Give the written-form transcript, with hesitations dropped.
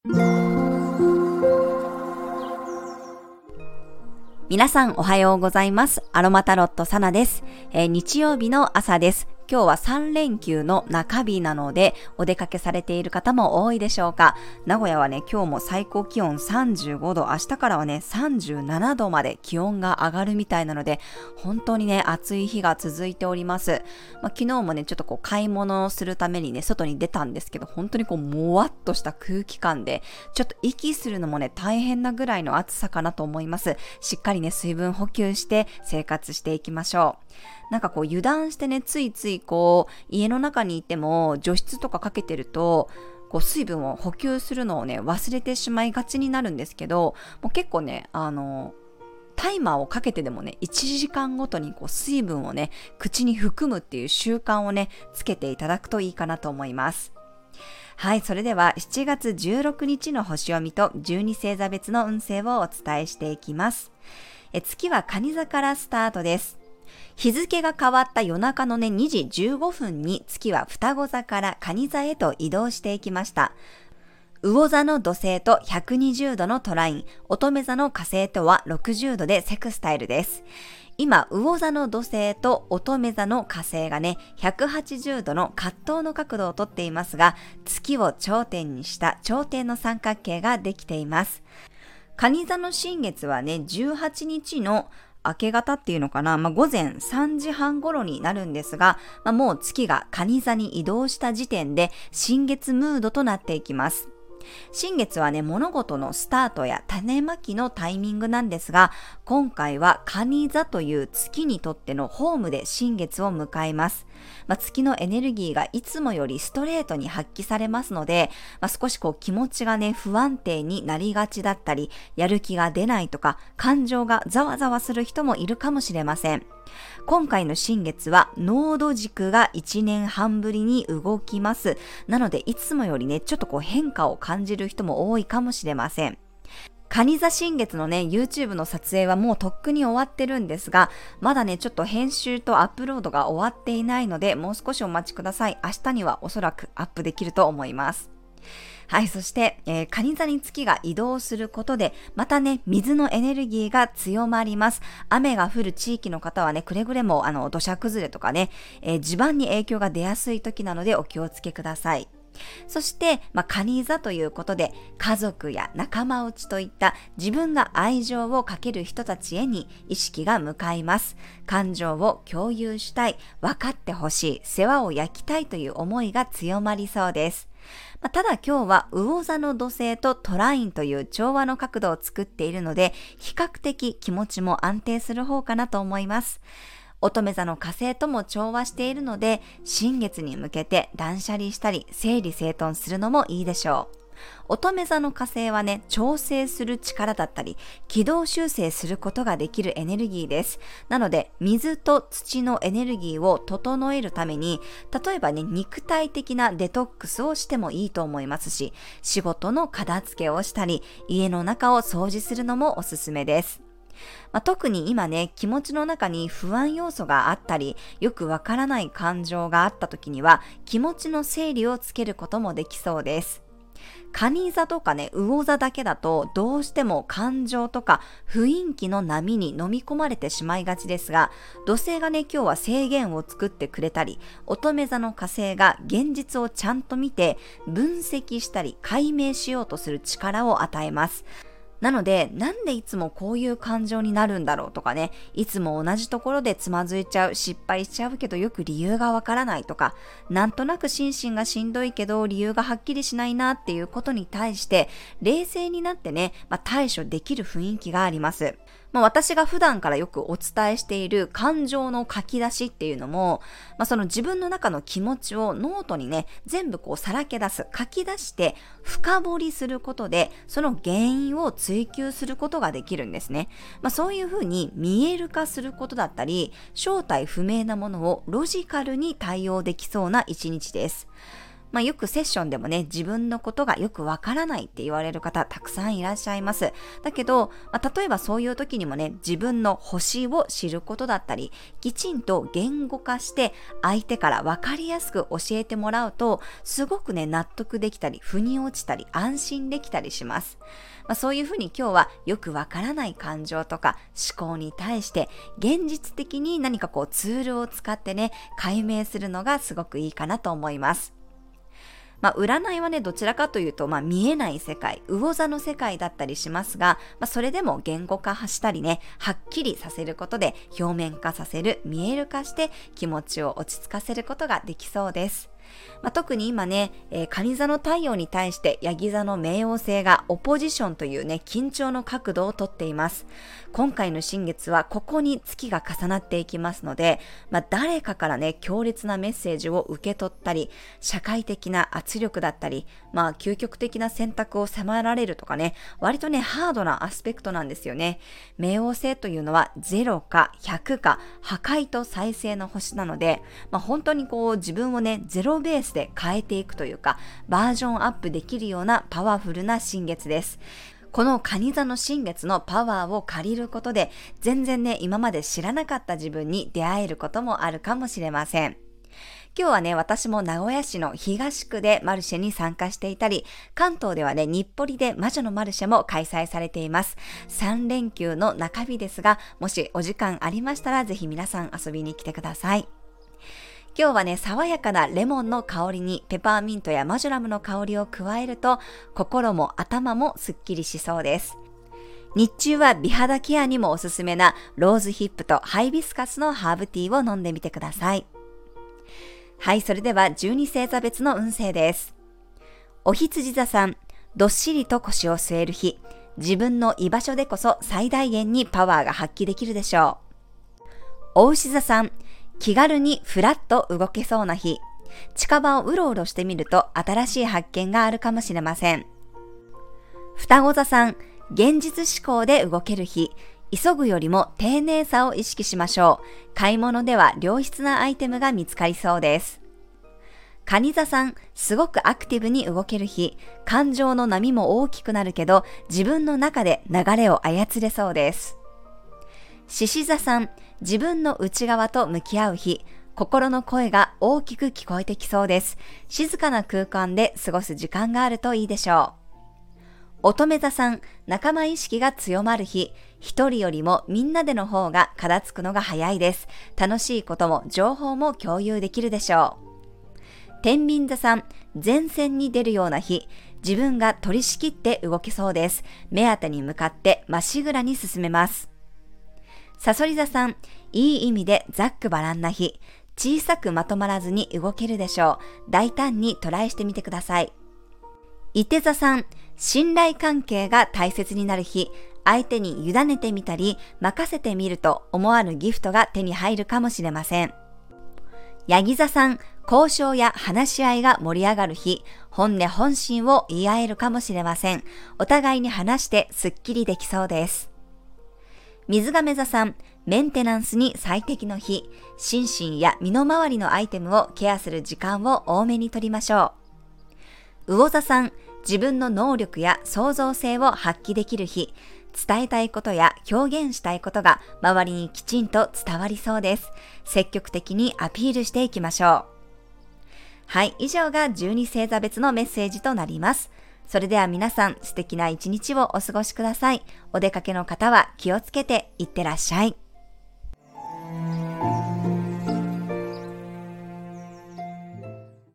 皆さんおはようございます。アロマタロットサナです。日曜日の朝です。今日は3連休の中日なのでお出かけされている方も多いでしょうか。名古屋はね、今日も最高気温35度、明日からはね37度まで気温が上がるみたいなので、本当にね暑い日が続いております。昨日もねちょっと買い物をするためにね外に出たんですけど、本当にもわっとした空気感でちょっと息するのもね大変なぐらいの暑さかなと思います。しっかりね水分補給して生活していきましょう。油断してねついつい家の中にいても除湿とかかけてると水分を補給するのをね忘れてしまいがちになるんですけど、もう結構ねタイマーをかけてでもね1時間ごとに水分をね口に含むっていう習慣をねつけていただくといいかなと思います。はい、それでは7月16日の星読みと12星座別の運勢をお伝えしていきます。月は蟹座からスタートです。日付が変わった夜中のね2時15分に月は双子座から蟹座へと移動していきました。魚座の土星と120度のトライン、乙女座の火星とは60度でセクスタイルです。今、魚座の土星と乙女座の火星がね、180度の葛藤の角度をとっていますが、月を頂点にした頂点の三角形ができています。蟹座の新月はね、18日の明け方っていうのかな、午前3時半頃になるんですが、もう月が蟹座に移動した時点で新月ムードとなっていきます。新月はね、物事のスタートや種まきのタイミングなんですが、今回は蟹座という月にとってのホームで新月を迎えます。月のエネルギーがいつもよりストレートに発揮されますので、少し気持ちがね、不安定になりがちだったり、やる気が出ないとか、感情がざわざわする人もいるかもしれません。今回の新月はノード軸が1年半ぶりに動きます。なのでいつもよりねちょっと変化を感じる人も多いかもしれません。蟹座新月のね YouTube の撮影はもうとっくに終わってるんですが、まだねちょっと編集とアップロードが終わっていないので、もう少しお待ちください。明日にはおそらくアップできると思います。はい、そして、蟹座に月が移動することで、またね、水のエネルギーが強まります。雨が降る地域の方はね、くれぐれも土砂崩れとかね、地盤に影響が出やすい時なのでお気をつけください。そして、蟹座ということで、家族や仲間内といった自分が愛情をかける人たちへに意識が向かいます。感情を共有したい、分かってほしい、世話を焼きたいという思いが強まりそうです。ただ今日は魚座の土星とトラインという調和の角度を作っているので、比較的気持ちも安定する方かなと思います。乙女座の火星とも調和しているので、新月に向けて断捨離したり整理整頓するのもいいでしょう。乙女座の火星はね、調整する力だったり、軌道修正することができるエネルギーです。なので、水と土のエネルギーを整えるために、例えばね、肉体的なデトックスをしてもいいと思いますし、仕事の片付けをしたり、家の中を掃除するのもおすすめです。特に今ね、気持ちの中に不安要素があったり、よくわからない感情があった時には、気持ちの整理をつけることもできそうです。蟹座とかね、魚座だけだとどうしても感情とか雰囲気の波に飲み込まれてしまいがちですが、土星がね、今日は制限を作ってくれたり、乙女座の火星が現実をちゃんと見て分析したり解明しようとする力を与えます。なので、なんでいつもこういう感情になるんだろうとかね、いつも同じところでつまずいちゃう、失敗しちゃうけどよく理由がわからないとか、なんとなく心身がしんどいけど理由がはっきりしないなっていうことに対して、冷静になってね、対処できる雰囲気があります。私が普段からよくお伝えしている感情の書き出しっていうのも、その自分の中の気持ちをノートにね、全部さらけ出す、書き出して深掘りすることで、その原因を追求することができるんですね。そういうふうに見える化することだったり、正体不明なものをロジカルに対応できそうな一日です。 よくセッションでもね、自分のことがよくわからないって言われる方たくさんいらっしゃいます。だけど、例えばそういう時にもね、自分の星を知ることだったり、きちんと言語化して相手からわかりやすく教えてもらうと、すごくね、納得できたり、腑に落ちたり、安心できたりします。そういうふうに今日はよくわからない感情とか思考に対して現実的に何かツールを使ってね、解明するのがすごくいいかなと思います。占いはね、どちらかというと、見えない世界、魚座の世界だったりしますが、それでも言語化したりね、はっきりさせることで表面化させる、見える化して気持ちを落ち着かせることができそうです。特に今ね、蟹座の太陽に対してヤギ座の冥王星がオポジションというね、緊張の角度をとっています。今回の新月はここに月が重なっていきますので、誰かからね、強烈なメッセージを受け取ったり、社会的な圧力だったり、究極的な選択を迫られるとかね、割とね、ハードなアスペクトなんですよね。冥王星というのは0か100か破壊と再生の星なので、本当に自分をね、ゼロベースで変えていくというか、バージョンアップできるようなパワフルな新月です。この蟹座の新月のパワーを借りることで、全然ね、今まで知らなかった自分に出会えることもあるかもしれません。今日はね、私も名古屋市の東区でマルシェに参加していたり、関東ではね、日暮里で魔女のマルシェも開催されています。3連休の中日ですが、もしお時間ありましたら、ぜひ皆さん遊びに来てください。今日はね、爽やかなレモンの香りにペパーミントやマジョラムの香りを加えると、心も頭もすっきりしそうです。日中は美肌ケアにもおすすめなローズヒップとハイビスカスのハーブティーを飲んでみてください。はい、それでは12星座別の運勢です。お羊座さん、どっしりと腰を据える日、自分の居場所でこそ最大限にパワーが発揮できるでしょう。お牛座さん、気軽にフラッと動けそうな日、近場をうろうろしてみると新しい発見があるかもしれません。双子座さん、現実思考で動ける日、急ぐよりも丁寧さを意識しましょう。買い物では良質なアイテムが見つかりそうです。蟹座さん、すごくアクティブに動ける日、感情の波も大きくなるけど、自分の中で流れを操れそうです。獅子座さん、自分の内側と向き合う日、心の声が大きく聞こえてきそうです。静かな空間で過ごす時間があるといいでしょう。乙女座さん、仲間意識が強まる日、一人よりもみんなでの方が片付くのが早いです。楽しいことも情報も共有できるでしょう。天秤座さん、前線に出るような日、自分が取り仕切って動けそうです。目当てに向かってまっしぐらに進めます。さそり座さん、いい意味でざっくばらんな日、小さくまとまらずに動けるでしょう。大胆にトライしてみてください。いて座さん、信頼関係が大切になる日、相手に委ねてみたり、任せてみると思わぬギフトが手に入るかもしれません。ヤギ座さん、交渉や話し合いが盛り上がる日、本音本心を言い合えるかもしれません。お互いに話してすっきりできそうです。水亀座さん、メンテナンスに最適の日、心身や身の回りのアイテムをケアする時間を多めに取りましょう。魚座さん、自分の能力や創造性を発揮できる日、伝えたいことや表現したいことが周りにきちんと伝わりそうです。積極的にアピールしていきましょう。はい、以上が12星座別のメッセージとなります。それでは皆さん、素敵な一日をお過ごしください。お出かけの方は気をつけていってらっしゃい。